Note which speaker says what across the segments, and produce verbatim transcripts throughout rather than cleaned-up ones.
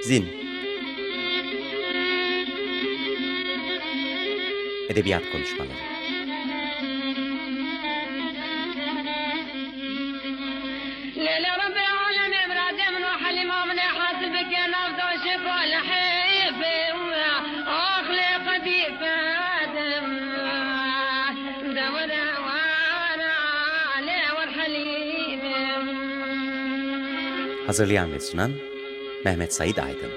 Speaker 1: Zin. Edebiyat konuşmaları. Hazırlayan ve sunan Mehmet Said Aydın.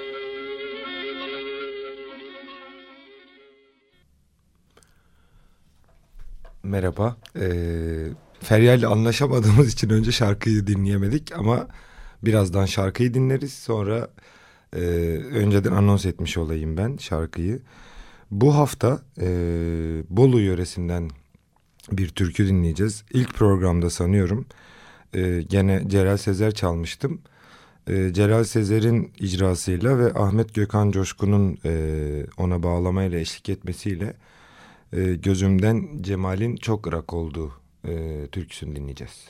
Speaker 2: Merhaba. Ee, Feryal ile anlaşamadığımız için önce şarkıyı dinleyemedik ama birazdan şarkıyı dinleriz. Sonra e, önceden anons etmiş olayım ben şarkıyı. Bu hafta e, Bolu yöresinden bir türkü dinleyeceğiz. İlk programda sanıyorum e, gene Celal Sezer çalmıştım. E, Celal Sezer'in icrasıyla ve Ahmet Gökhan Coşkun'un e, ona bağlamayla eşlik etmesiyle e, Gözümden Cemal'in Çok Irak olduğu e, türküsünü dinleyeceğiz.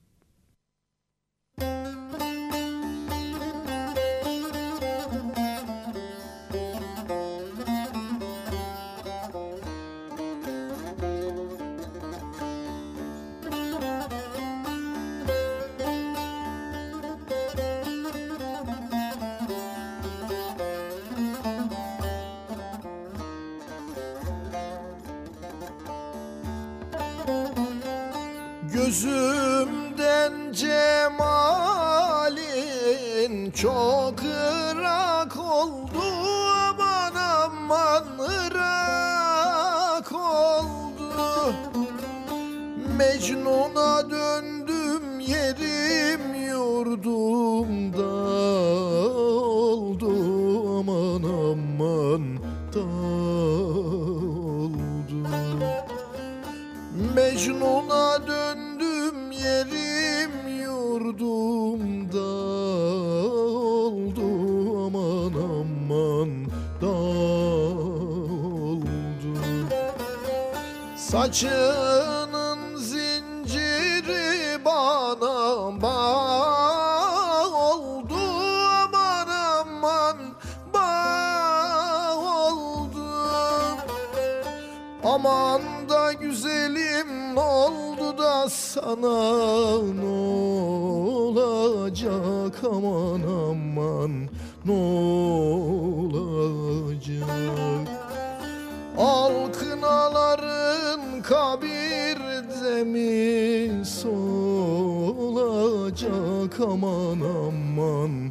Speaker 3: Gözümden cemalin çok ırak oldu, aman aman ırak oldu. Mecnun'a döndüm, yerim yurdumda oldu, aman aman da oldu. Mecnun'a döndüm, yerim yurdumda oldu, aman aman da oldu. Saçının zinciri bana bağ oldu, aman aman bağ oldu. Aman da güzelim, ne oldu da sana ne olacak, aman aman ne olacak. Al kınaların kabirde mi solacak, aman aman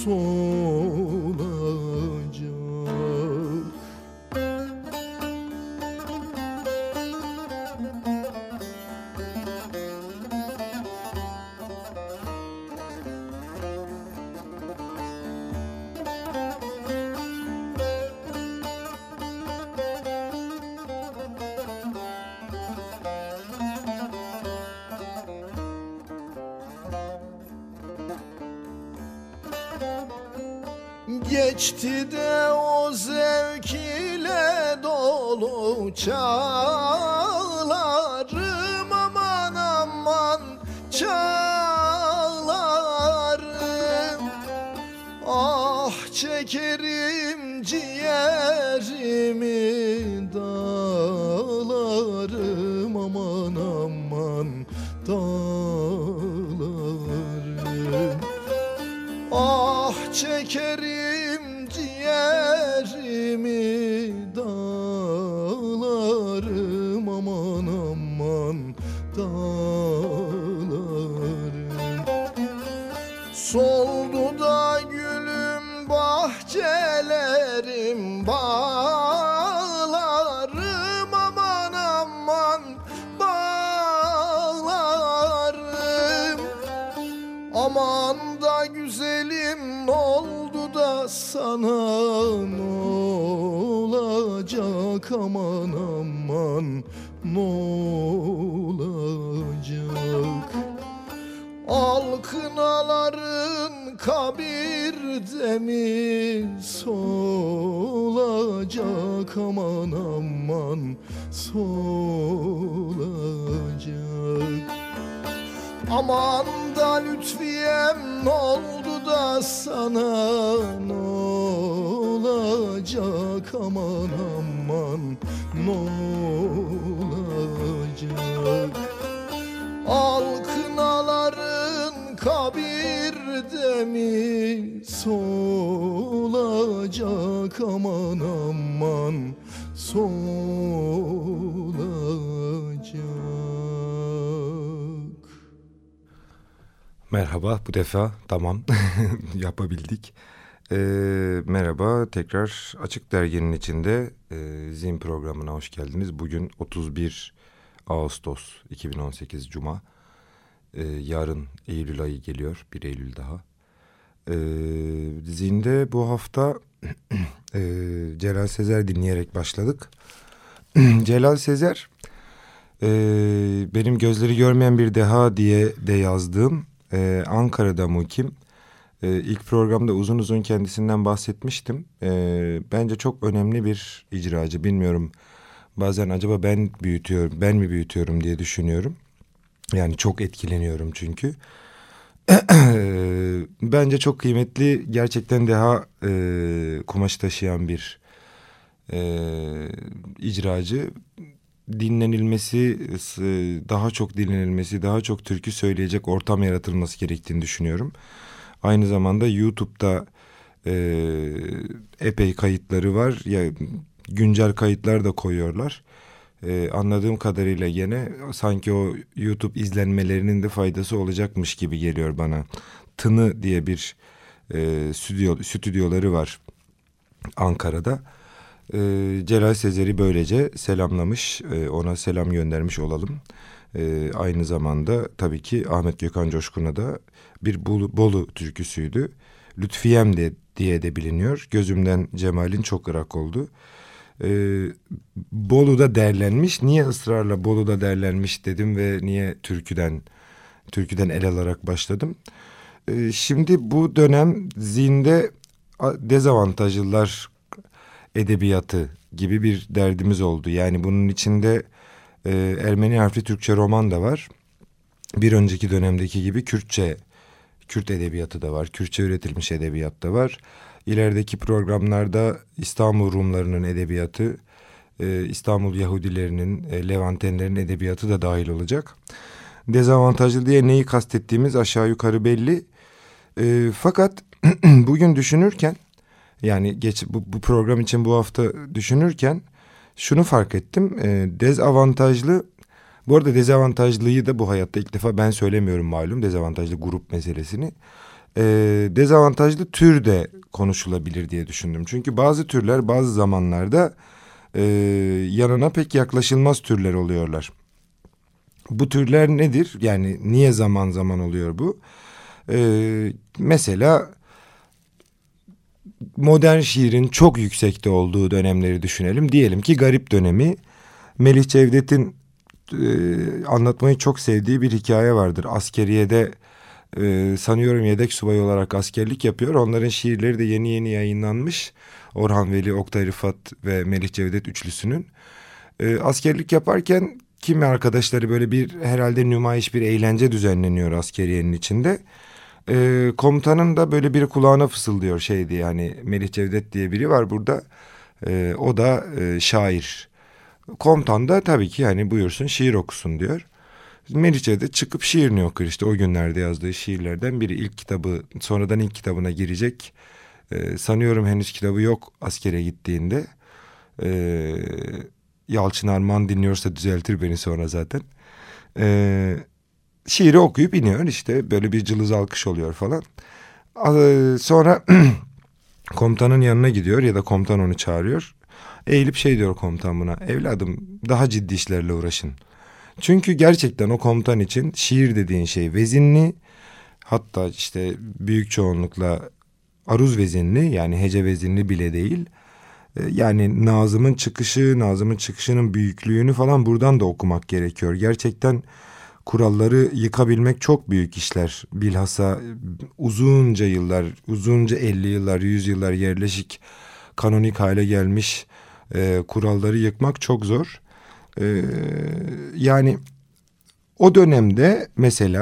Speaker 3: solacak. Geçti de o zevk ile dolu çağlarım, aman aman çağlarım. Ah çekerim ciğerimi dağlarım, aman aman dağlarım. Ah çekerim ciğerimi dağlarım, aman aman dağlarım. Soldu da gülüm bahçelerim, bağlarım, aman aman bağlarım. Aman da güzelim, ne oldu da sana ne olacak, aman aman ne olacak. Al kınaların kabirde mi solacak, aman aman solacak. Aman da Lütfiyem, ne oldu da da sana ne olacak aman aman ne olacak? Al kınaların kabirde mi solacak aman aman solacak?
Speaker 2: Merhaba, bu defa tamam yapabildik. Ee, merhaba, tekrar Açık Dergi'nin içinde e, Zin programına hoş geldiniz. Bugün otuz bir Ağustos iki bin on sekiz Cuma. Ee, yarın Eylül ayı geliyor, bir Eylül daha. Ee, Zin'de bu hafta e, Celal Sezer dinleyerek başladık. Celal Sezer, e, benim gözleri görmeyen bir deha diye de yazdığım Ee, Ankara'da mukim. Ee, ilk programda uzun uzun kendisinden bahsetmiştim. Ee, bence çok önemli bir icracı. Bilmiyorum, bazen acaba ben büyütüyorum, ben mi büyütüyorum diye düşünüyorum. Yani çok etkileniyorum çünkü. Bence çok kıymetli, gerçekten deha e, kumaş taşıyan bir e, icracı. Dinlenilmesi, daha çok dinlenilmesi, daha çok türkü söyleyecek ortam yaratılması gerektiğini düşünüyorum. Aynı zamanda YouTube'da e, epey kayıtları var. Ya, güncel kayıtlar da koyuyorlar. E, anladığım kadarıyla gene sanki o YouTube izlenmelerinin de faydası olacakmış gibi geliyor bana. Tını diye bir e, stüdyo, stüdyoları var Ankara'da. Ee, Celal Sezer'i böylece selamlamış, ee, ona selam göndermiş olalım. Ee, aynı zamanda tabii ki Ahmet Gökhan Coşkun'a da bir Bolu, Bolu türküsüydü. Lütfiyem de diye de biliniyor. Gözümden Cemal'in çok ırak oldu. Ee, Bolu'da derlenmiş. Niye ısrarla Bolu'da derlenmiş dedim ve niye türküden türküden el alarak başladım. Ee, şimdi bu dönem zihinde dezavantajlılar edebiyatı gibi bir derdimiz oldu. Yani bunun içinde e, Ermeni harfli Türkçe roman da var. Bir önceki dönemdeki gibi Kürtçe, Kürt edebiyatı da var. Kürtçe üretilmiş edebiyat da var. İlerideki programlarda İstanbul Rumlarının edebiyatı, e, İstanbul Yahudilerinin, e, Levantenlerin edebiyatı da dahil olacak. Dezavantajlı diye neyi kastettiğimiz aşağı yukarı belli. E, fakat bugün düşünürken, yani geç bu, bu program için bu hafta düşünürken şunu fark ettim. E, dezavantajlı, bu arada dezavantajlıyı da bu hayatta ilk defa ben söylemiyorum malum, dezavantajlı grup meselesini. E, dezavantajlı tür de konuşulabilir diye düşündüm. Çünkü bazı türler bazı zamanlarda e, yanına pek yaklaşılmaz türler oluyorlar. Bu türler nedir? Yani niye zaman zaman oluyor bu? E, mesela... Modern şiirin çok yüksekte olduğu dönemleri düşünelim. Diyelim ki Garip dönemi. Melih Cevdet'in e, anlatmayı çok sevdiği bir hikaye vardır. Askeriyede e, sanıyorum yedek subay olarak askerlik yapıyor. Onların şiirleri de yeni yeni yayınlanmış. Orhan Veli, Oktay Rıfat ve Melih Cevdet üçlüsünün. E, askerlik yaparken kimi arkadaşları böyle bir herhalde nümayiş, bir eğlence düzenleniyor askeriyenin içinde. Ee, komutanın da böyle biri kulağına fısıldıyor şey diye, hani Melih Cevdet diye biri var burada, ee, o da e, şair. Komutan da tabii ki yani buyursun şiir okusun diyor. Melih Cevdet çıkıp şiirini okur, işte o günlerde yazdığı şiirlerden biri. İlk kitabı, sonradan ilk kitabına girecek. Ee, sanıyorum henüz kitabı yok askere gittiğinde. Ee, Yalçın Arman dinliyorsa düzeltir beni sonra zaten. Ee, Şiiri okuyup iniyor, işte böyle bir cılız alkış oluyor falan. Sonra komutanın yanına gidiyor ya da komutan onu çağırıyor. Eğilip şey diyor komutan buna: evladım, daha ciddi işlerle uğraşın. Çünkü gerçekten o komutan için şiir dediğin şey vezinli, hatta işte büyük çoğunlukla aruz vezinli, yani hece vezinli bile değil. Yani Nazım'ın çıkışı, Nazım'ın çıkışının büyüklüğünü falan buradan da okumak gerekiyor. Gerçekten kuralları yıkabilmek çok büyük işler. Bilhassa uzunca yıllar, uzunca elli yıllar, yüz yıllar yerleşik, kanonik hale gelmiş e, kuralları yıkmak çok zor. E, yani o dönemde mesela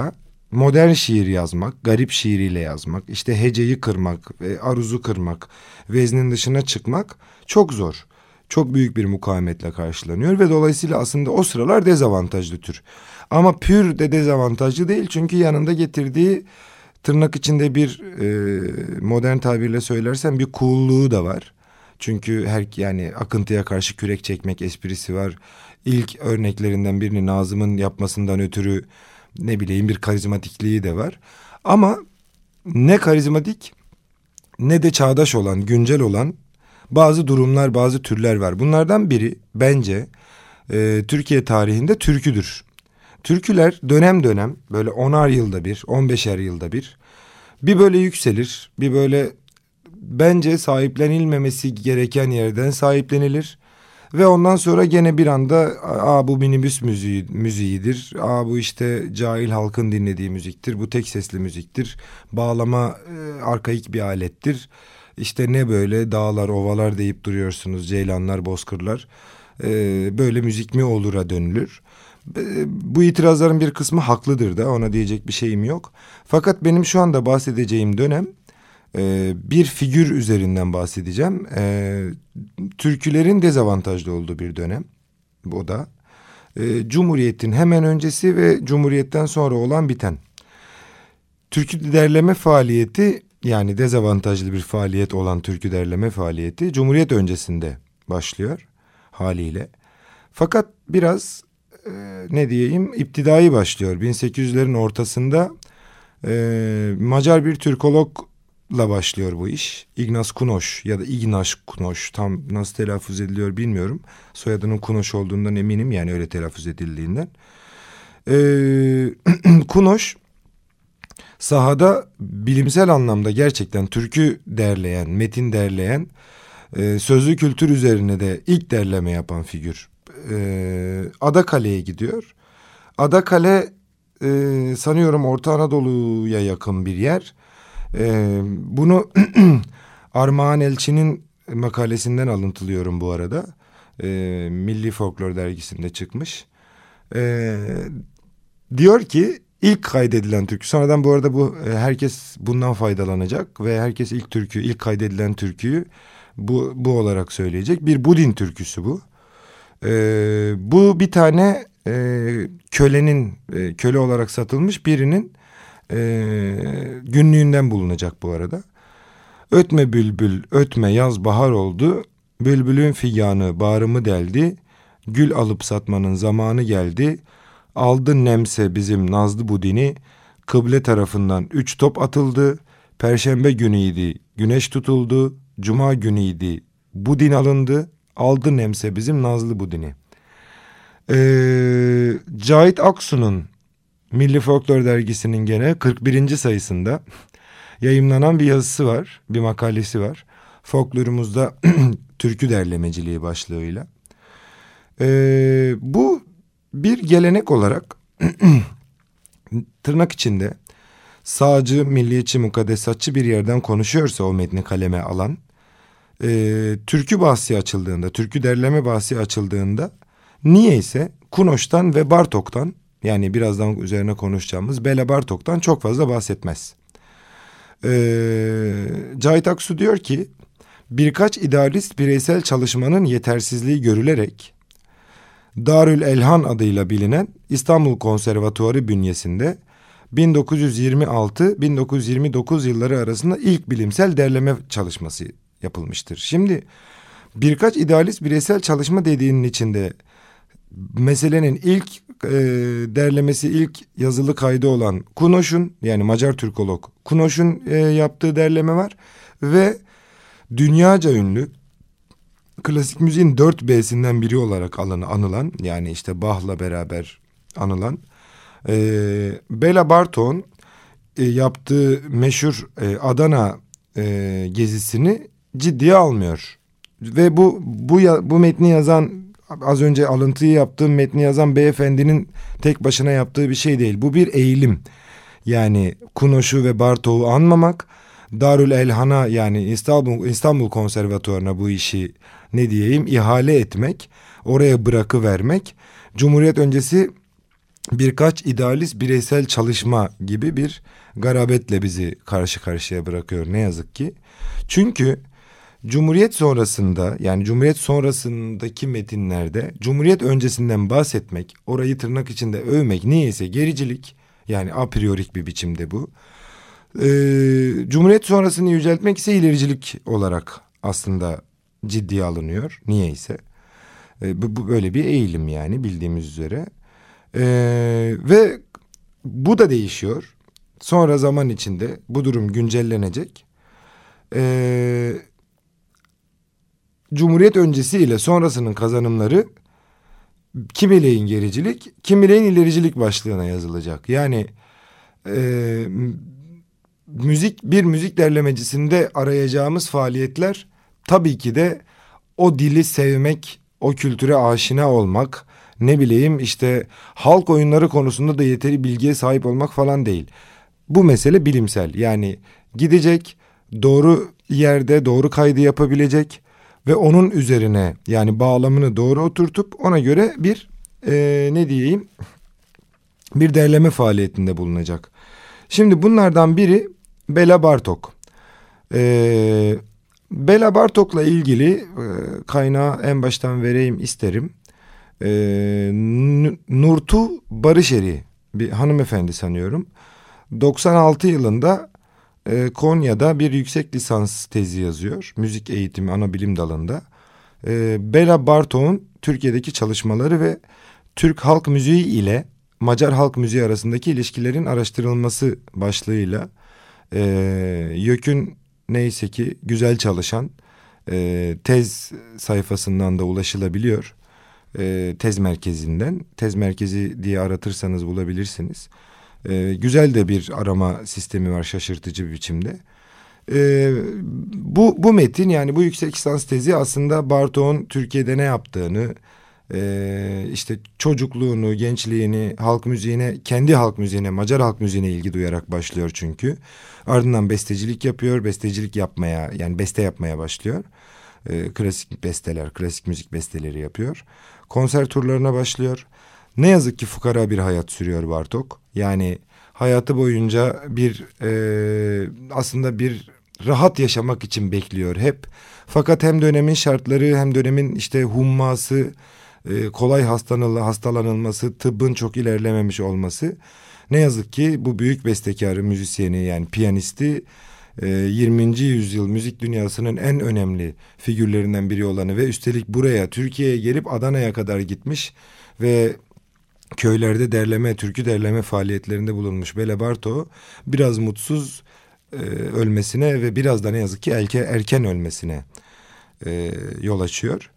Speaker 2: modern şiir yazmak, garip şiiriyle yazmak, işte heceyi kırmak, ve aruzu kırmak, veznin dışına çıkmak çok zor. Çok büyük bir mukavemetle karşılanıyor ve dolayısıyla aslında o sıralar dezavantajlı tür. Ama pür de dezavantajlı değil, çünkü yanında getirdiği tırnak içinde bir e, modern tabirle söylersem bir coolluğu da var. Çünkü her yani akıntıya karşı kürek çekmek esprisi var. İlk örneklerinden birini Nazım'ın yapmasından ötürü ne bileyim bir karizmatikliği de var. Ama ne karizmatik ne de çağdaş olan, güncel olan bazı durumlar, bazı türler var. Bunlardan biri bence e, Türkiye tarihinde türküdür. Türküler dönem dönem böyle onar yılda bir, on beşer yılda bir bir böyle yükselir, bir böyle bence sahiplenilmemesi gereken yerden sahiplenilir. Ve ondan sonra gene bir anda aa bu minibüs müziği, müziğidir, aa bu işte cahil halkın dinlediği müziktir, bu tek sesli müziktir, bağlama e, arkaik bir alettir. İşte ne böyle dağlar ovalar deyip duruyorsunuz, ceylanlar bozkırlar, e, böyle müzik mi olur'a dönülür. E, bu itirazların bir kısmı haklıdır da, ona diyecek bir şeyim yok. Fakat benim şu anda bahsedeceğim dönem Ee, bir figür üzerinden bahsedeceğim. Ee, türkülerin dezavantajlı olduğu bir dönem. Bu da ee, Cumhuriyet'in hemen öncesi ve Cumhuriyet'ten sonra olan biten. Türkü derleme faaliyeti, yani dezavantajlı bir faaliyet olan türkü derleme faaliyeti Cumhuriyet öncesinde başlıyor haliyle. Fakat biraz e, ne diyeyim iptidai başlıyor. bin sekiz yüzlerin ortasında e, Macar bir Türkolog la başlıyor bu iş. Ignaz Kunoş ya da Ignaş Kunoş, tam nasıl telaffuz ediliyor bilmiyorum. Soyadının Kunoş olduğundan eminim, yani öyle telaffuz edildiğinden. Ee, Kunoş sahada bilimsel anlamda gerçekten türkü derleyen, metin derleyen, e, sözlü kültür üzerine de ilk derleme yapan figür. Ee, Adakale'ye gidiyor. Adakale e, sanıyorum Orta Anadolu'ya yakın bir yer. Ee, bunu Armağan Elçi'nin makalesinden alıntılıyorum bu arada. Ee, Milli Folklor dergisinde çıkmış. Ee, diyor ki ilk kaydedilen türkü. Sonradan bu arada bu herkes bundan faydalanacak ve herkes ilk türkü, ilk kaydedilen türküyü bu bu olarak söyleyecek. Bir Budin türküsü bu. Ee, bu bir tane e, kölenin e, köle olarak satılmış birinin Ee, günlüğünden bulunacak bu arada. Ötme bülbül, ötme yaz bahar oldu. Bülbülün figanı bağrımı deldi. Gül alıp satmanın zamanı geldi. Aldı nemse bizim nazlı budini. Kıble tarafından üç top atıldı. Perşembe günüydi, güneş tutuldu. Cuma günüydi, budin alındı. Aldı nemse bizim nazlı budini. Ee, Cahit Aksu'nun Milli Folklor dergisinin gene kırk birinci sayısında yayımlanan bir yazısı var, bir makalesi var. Folklorumuzda türkü derlemeciliği başlığıyla. Ee, bu bir gelenek olarak tırnak içinde sağcı, milliyetçi, mukaddesatçı bir yerden konuşuyorsa o metni kaleme alan, e, türkü bahsi açıldığında, türkü derleme bahsi açıldığında niyeyse Kunoş'tan ve Bartok'tan, yani birazdan üzerine konuşacağımız Bela Bartok'tan çok fazla bahsetmez. Ee, Cahit Aksu diyor ki birkaç idealist bireysel çalışmanın yetersizliği görülerek Darül Elhan adıyla bilinen İstanbul Konservatuarı bünyesinde bin dokuz yüz yirmi altı bin dokuz yüz yirmi dokuz yılları arasında ilk bilimsel derleme çalışması yapılmıştır. Şimdi birkaç idealist bireysel çalışma dediğinin içinde meselenin ilk e, derlemesi, ilk yazılı kaydı olan Kunoş'un, yani Macar Türkolog Kunoş'un e, yaptığı derleme var ve dünyaca ünlü klasik müziğin dört B'sinden biri olarak alını, anılan, yani işte Bach'la beraber anılan e, Bela Bartok'un e, yaptığı meşhur e, Adana e, gezisini ciddiye almıyor ve bu bu bu metni yazan, az önce alıntıyı yaptığım metni yazan beyefendinin tek başına yaptığı bir şey değil. Bu bir eğilim. Yani Kunoş'u ve Bartok'u anmamak, Darül Elhan'a, yani İstanbul, İstanbul Konservatuvarı'na bu işi ne diyeyim ihale etmek, oraya bırakıvermek, Cumhuriyet öncesi birkaç idealist bireysel çalışma gibi bir garabetle bizi karşı karşıya bırakıyor ne yazık ki. Çünkü Cumhuriyet sonrasında, yani Cumhuriyet sonrasındaki metinlerde Cumhuriyet öncesinden bahsetmek, orayı tırnak içinde övmek niyeyse gericilik, yani a priorik bir biçimde bu. Ee, Cumhuriyet sonrasını yüceltmek ise ilericilik olarak aslında ciddiye alınıyor niyeyse. Ee, bu, bu böyle bir eğilim yani bildiğimiz üzere. Ee, ve bu da değişiyor. Sonra zaman içinde bu durum güncellenecek. Ee, Cumhuriyet öncesi ile sonrasının kazanımları kimileyin gericilik, kimileyin ilericilik başlığına yazılacak. Yani e, müzik bir müzik derlemecisinde arayacağımız faaliyetler tabii ki de o dili sevmek, o kültüre aşina olmak, ne bileyim işte halk oyunları konusunda da yeteri bilgiye sahip olmak falan değil. Bu mesele bilimsel, yani gidecek, doğru yerde doğru kaydı yapabilecek ve onun üzerine, yani bağlamını doğru oturtup ona göre bir e, ne diyeyim bir derleme faaliyetinde bulunacak. Şimdi bunlardan biri Bela Bartok. E, Bela Bartok'la ilgili e, kaynağı en baştan vereyim isterim. E, Nurtu Barışeri bir hanımefendi sanıyorum. doksan altı yılında e, Konya'da bir yüksek lisans tezi yazıyor. Müzik eğitimi ana bilim dalında. E, Bela Bartok'un Türkiye'deki çalışmaları ve Türk halk müziği ile Macar halk müziği arasındaki ilişkilerin araştırılması başlığıyla e, YÖK'ün neyse ki güzel çalışan e, tez sayfasından da ulaşılabiliyor. E, tez merkezinden. Tez merkezi diye aratırsanız bulabilirsiniz. E, güzel de bir arama sistemi var, şaşırtıcı bir biçimde. E, bu, bu metin, yani bu yüksek lisans tezi aslında Bartok'un Türkiye'de ne yaptığını, e, işte çocukluğunu, gençliğini, halk müziğine, kendi halk müziğine, Macar halk müziğine ilgi duyarak başlıyor çünkü. Ardından bestecilik yapıyor, bestecilik yapmaya, yani beste yapmaya başlıyor. E, klasik besteler, klasik müzik besteleri yapıyor. Konser turlarına başlıyor. Ne yazık ki fukara bir hayat sürüyor Bartok. Yani hayatı boyunca bir e, aslında bir rahat yaşamak için bekliyor hep. Fakat hem dönemin şartları hem dönemin işte humması, e, kolay hastanıl, hastalanılması, tıbbın çok ilerlememiş olması. Ne yazık ki bu büyük bestekarı, müzisyeni, yani piyanisti, e, yirminci yüzyıl müzik dünyasının en önemli figürlerinden biri olanı ve üstelik buraya, Türkiye'ye gelip Adana'ya kadar gitmiş ve köylerde derleme, türkü derleme faaliyetlerinde bulunmuş Bela Bartok biraz mutsuz e, ölmesine ve biraz da ne yazık ki erken, erken ölmesine e, yol açıyor.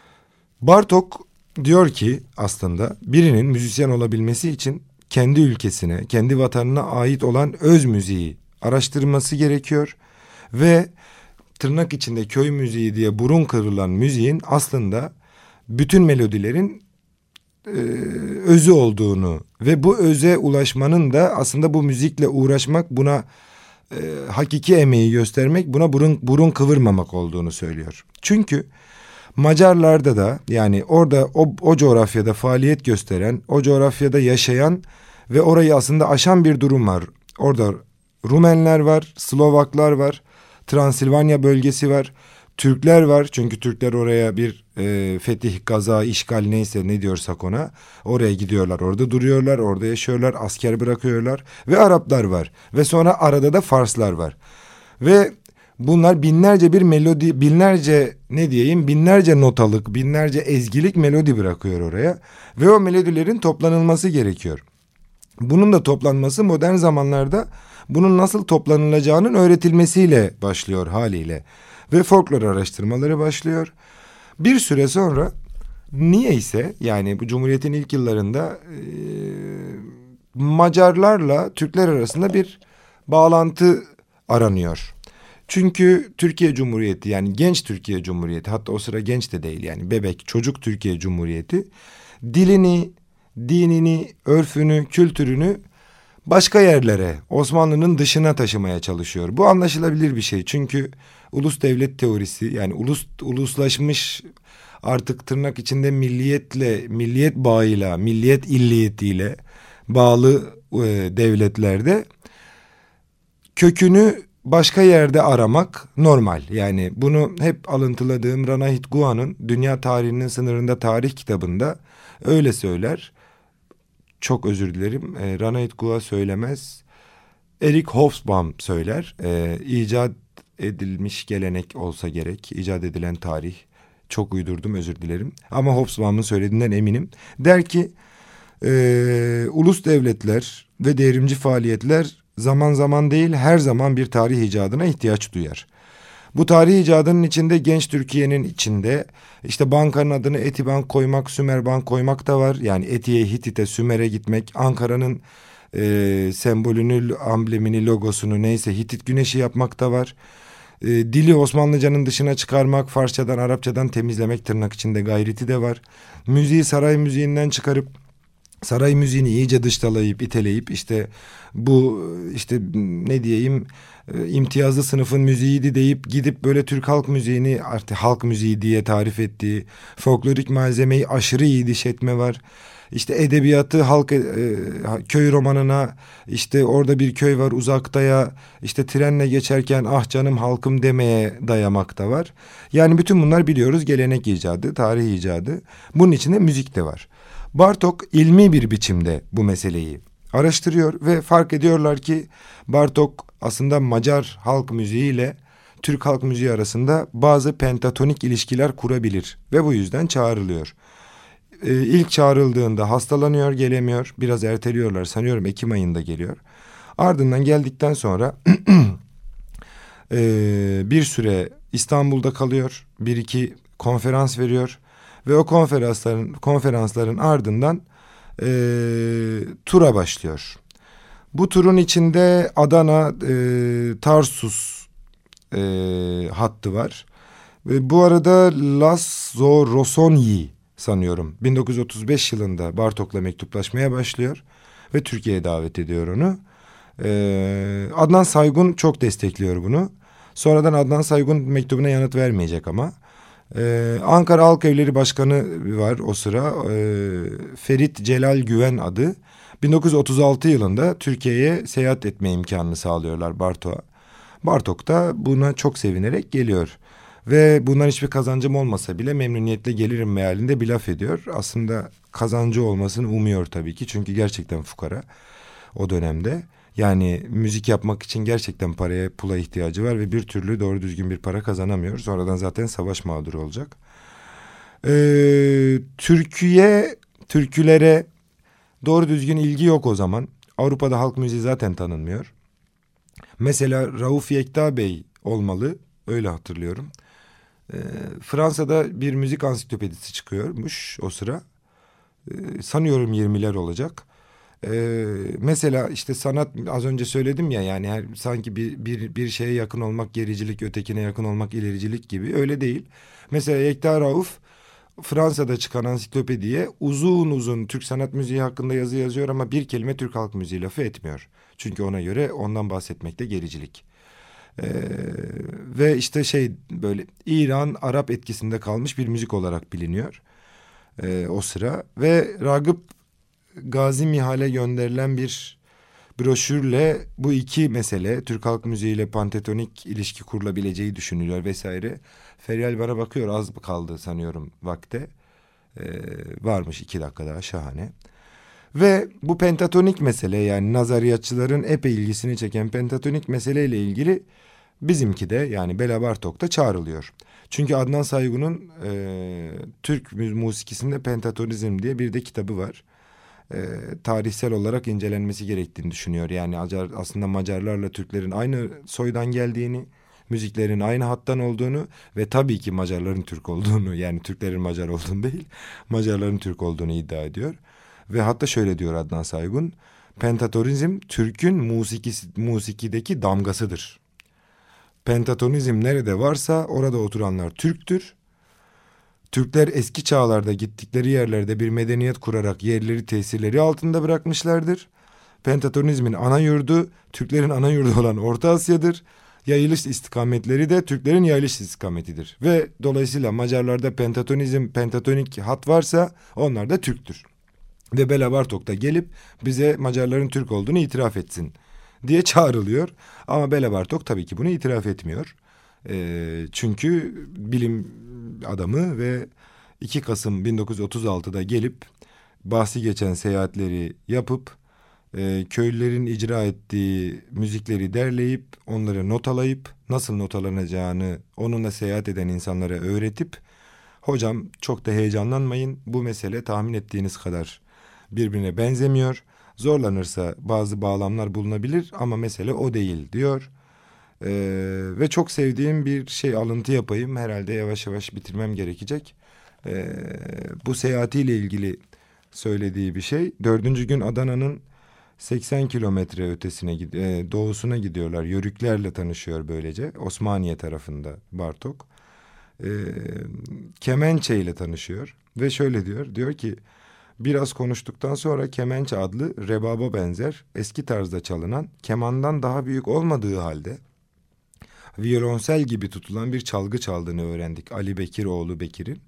Speaker 2: Bartok diyor ki aslında birinin müzisyen olabilmesi için kendi ülkesine, kendi vatanına ait olan öz müziği araştırması gerekiyor ve tırnak içinde köy müziği diye burun kıvrılan müziğin aslında bütün melodilerin e, özü olduğunu ve bu öze ulaşmanın da aslında bu müzikle uğraşmak, buna e, hakiki emeği göstermek, buna burun, burun kıvırmamak olduğunu söylüyor. Çünkü Macarlarda da, yani orada o, o coğrafyada faaliyet gösteren, o coğrafyada yaşayan ve orayı aslında aşan bir durum var. Orada Rumenler var, Slovaklar var, Transilvanya bölgesi var, Türkler var. Çünkü Türkler oraya bir e, fetih, gaza, işgal neyse ne diyorsak ona, oraya gidiyorlar, orada duruyorlar, orada yaşıyorlar, asker bırakıyorlar ve Araplar var. Ve sonra arada da Farslar var. Ve bunlar binlerce bir melodi, binlerce ne diyeyim, binlerce notalık, binlerce ezgilik melodi bırakıyor oraya. Ve o melodilerin toplanılması gerekiyor. Bunun da toplanması modern zamanlarda bunun nasıl toplanılacağının öğretilmesiyle başlıyor haliyle. Ve folklor araştırmaları başlıyor. Bir süre sonra niyeyse, yani bu Cumhuriyet'in ilk yıllarında e, Macarlarla Türkler arasında bir bağlantı aranıyor. Çünkü Türkiye Cumhuriyeti, yani genç Türkiye Cumhuriyeti, hatta o sıra genç de değil, yani bebek, çocuk Türkiye Cumhuriyeti dilini, dinini, örfünü, kültürünü başka yerlere, Osmanlı'nın dışına taşımaya çalışıyor. Bu anlaşılabilir bir şey. Çünkü ulus devlet teorisi, yani ulus uluslaşmış artık tırnak içinde milliyetle, milliyet bağıyla, milliyet illiyetiyle bağlı e, devletlerde kökünü başka yerde aramak normal. Yani bunu hep alıntıladığım Rana Hit-Gua'nın Dünya Tarihinin Sınırında Tarih kitabında öyle söyler. Çok özür dilerim. E, Rana Hit-Gua söylemez. Eric Hobsbawm söyler. E, icat edilmiş gelenek olsa gerek. İcat edilen tarih. Çok uydurdum, özür dilerim. Ama Hobsbawm'ın söylediğinden eminim. Der ki e, ulus devletler ve devrimci faaliyetler zaman zaman değil her zaman bir tarih icadına ihtiyaç duyar. Bu tarih icadının içinde genç Türkiye'nin içinde işte bankanın adını Etibank koymak, Sümerbank koymak da var. Yani Eti'ye, Hitit'e, Sümer'e gitmek, Ankara'nın e, sembolünü, amblemini, logosunu neyse Hitit güneşi yapmak da var. E, dili Osmanlıcanın dışına çıkarmak, Farsçadan, Arapçadan temizlemek tırnak içinde gayreti de var. Müziği saray müziğinden çıkarıp saray müziğini iyice dıştalayıp iteleyip işte bu işte ne diyeyim imtiyazlı sınıfın müziğiydi deyip gidip böyle Türk halk müziğini artık halk müziği diye tarif ettiği folklorik malzemeyi aşırı iyi diş etme var. İşte edebiyatı halk e, köy romanına işte orada bir köy var uzaktaya işte trenle geçerken ah canım halkım demeye dayamak da var. Yani bütün bunlar biliyoruz gelenek icadı, tarih icadı. Bunun içinde müzik de var. Bartók ilmi bir biçimde bu meseleyi araştırıyor ve fark ediyorlar ki Bartók aslında Macar halk müziği ile Türk halk müziği arasında bazı pentatonik ilişkiler kurabilir ve bu yüzden çağrılıyor. Ee, ilk çağrıldığında hastalanıyor, gelemiyor, biraz erteliyorlar sanıyorum Ekim ayında geliyor. Ardından geldikten sonra ee, bir süre İstanbul'da kalıyor, bir iki konferans veriyor. Ve o konferansların konferansların ardından e, tura başlıyor. Bu turun içinde Adana, e, Tarsus e, hattı var. E, bu arada Laszlo Rossonyi sanıyorum bin dokuz yüz otuz beş yılında Bartók'la mektuplaşmaya başlıyor ve Türkiye'ye davet ediyor onu. E, Adnan Saygun çok destekliyor bunu. Sonradan Adnan Saygun mektubuna yanıt vermeyecek ama. Ee, Ankara Halk Evleri Başkanı var o sıra ee, Ferit Celal Güven adı bin dokuz yüz otuz altı yılında Türkiye'ye seyahat etme imkanını sağlıyorlar Bartók'a. Bartók da buna çok sevinerek geliyor ve bundan hiçbir kazancım olmasa bile memnuniyetle gelirim mealinde bir laf ediyor. Aslında kazancı olmasını umuyor tabii ki çünkü gerçekten fukara o dönemde. Yani müzik yapmak için gerçekten paraya, pula ihtiyacı var ve bir türlü doğru düzgün bir para kazanamıyor. Sonradan zaten savaş mağduru olacak. Ee, Türkiye, türkülere doğru düzgün ilgi yok o zaman. Avrupa'da halk müziği zaten tanınmıyor. Mesela Rauf Yekta Bey olmalı, öyle hatırlıyorum. Ee, Fransa'da bir müzik ansiklopedisi çıkıyormuş o sıra. Ee, sanıyorum yirmiler olacak. Ee, mesela işte sanat az önce söyledim ya yani her, sanki bir, bir, bir şeye yakın olmak gericilik, ötekine yakın olmak ilericilik gibi öyle değil. Mesela Yekta Rauf Fransa'da çıkan ansiklopediye uzun uzun Türk sanat müziği hakkında yazı yazıyor ama bir kelime Türk halk müziği lafı etmiyor. Çünkü ona göre ondan bahsetmekte gericilik. Ee, ve işte şey böyle İran Arap etkisinde kalmış bir müzik olarak biliniyor ee, o sıra ve Ragıp Gazi Mihal'e gönderilen bir broşürle bu iki mesele Türk halk müziği ile pantetonik ilişki kurulabileceği düşünülüyor vesaire. Feryal bana bakıyor az kaldı sanıyorum vakte ee, varmış iki dakika daha şahane. Ve bu pentatonik mesele yani nazariyatçıların epey ilgisini çeken pentatonik meseleyle ilgili bizimki de yani Bela Bartók da çağrılıyor. Çünkü Adnan Saygun'un e, Türk musikisinde pentatonizm diye bir de kitabı var. E, tarihsel olarak incelenmesi gerektiğini düşünüyor. Yani aslında Macarlarla Türklerin aynı soydan geldiğini, müziklerin aynı hattan olduğunu ve tabii ki Macarların Türk olduğunu yani Türklerin Macar olduğunu değil, Macarların Türk olduğunu iddia ediyor. Ve hatta şöyle diyor Adnan Saygun, pentatonizm Türk'ün musikisi, musikideki damgasıdır. Pentatonizm nerede varsa orada oturanlar Türktür. Türkler eski çağlarda gittikleri yerlerde bir medeniyet kurarak yerleri tesirleri altında bırakmışlardır. Pentatonizmin ana yurdu Türklerin ana yurdu olan Orta Asya'dır. yayılış istikametleri de Türklerin yayılış istikametidir. Ve dolayısıyla Macarlarda pentatonizm, pentatonik hat varsa onlar da Türktür. Ve Bela Bartok da gelip bize Macarların Türk olduğunu itiraf etsin diye çağrılıyor. Ama Bela Bartok tabii ki bunu itiraf etmiyor. E, çünkü bilim adamı ve iki Kasım bin dokuz yüz otuz altıda gelip bahsi geçen seyahatleri yapıp e, köylülerin icra ettiği müzikleri derleyip onları notalayıp nasıl notalanacağını onunla seyahat eden insanlara öğretip hocam çok da heyecanlanmayın, bu mesele tahmin ettiğiniz kadar birbirine benzemiyor. Zorlanırsa bazı bağlamlar bulunabilir ama mesele o değil diyor. Ee, ve çok sevdiğim bir şey alıntı yapayım. Herhalde yavaş yavaş bitirmem gerekecek. Ee, bu seyahatiyle ilgili söylediği bir şey. Dördüncü gün Adana'nın seksen kilometre ötesine e, doğusuna gidiyorlar. Yörüklerle tanışıyor böylece. Osmaniye tarafında Bartok. Ee, Kemençe ile tanışıyor. Ve şöyle diyor. Diyor ki biraz konuştuktan sonra kemençe adlı rebaba benzer eski tarzda çalınan kemandan daha büyük olmadığı halde violonsel gibi tutulan bir çalgı çaldığını öğrendik Ali Bekiroğlu Bekir'in.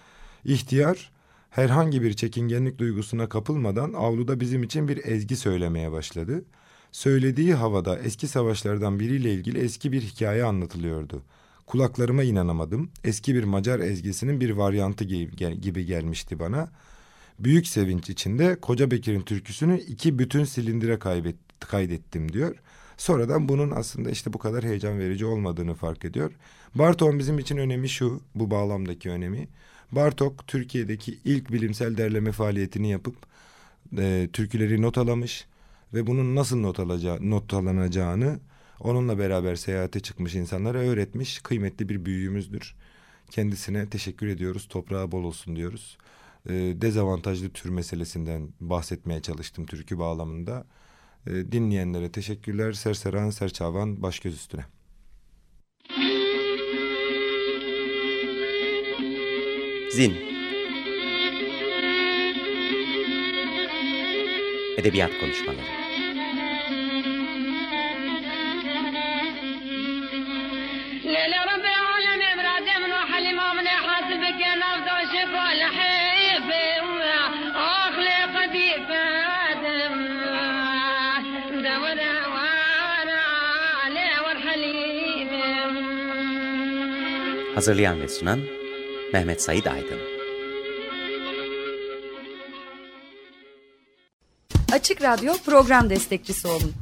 Speaker 2: İhtiyar herhangi bir çekingenlik duygusuna kapılmadan avluda bizim için bir ezgi söylemeye başladı. Söylediği havada eski savaşlardan biriyle ilgili eski bir hikaye anlatılıyordu. Kulaklarıma inanamadım. Eski bir Macar ezgisinin bir varyantı gibi gelmişti bana. Büyük sevinç içinde Koca Bekir'in türküsünü iki bütün silindire kaybet, kaydettim diyor. Sonradan bunun aslında işte bu kadar heyecan verici olmadığını fark ediyor. Bartok'un bizim için önemi şu, bu bağlamdaki önemi. Bartok Türkiye'deki ilk bilimsel derleme faaliyetini yapıp e, türküleri notalamış ve bunun nasıl notalacağı, notalanacağını onunla beraber seyahate çıkmış insanlara öğretmiş. Kıymetli bir büyüğümüzdür. Kendisine teşekkür ediyoruz, toprağı bol olsun diyoruz. E, dezavantajlı tür meselesinden bahsetmeye çalıştım türkü bağlamında. E, dinleyenlere teşekkürler. Serseran, Serçavan, baş göz üstüne.
Speaker 1: Zin. Edebiyat konuşmaları. Hazırlayan ve sunan Mehmet Said Aydın.
Speaker 4: Açık Radyo program destekçisi olun.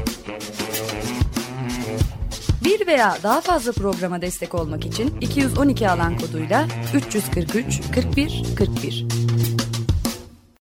Speaker 4: Bir veya daha fazla programa destek olmak için iki yüz on iki alan koduyla üç yüz kırk üç kırk bir kırk bir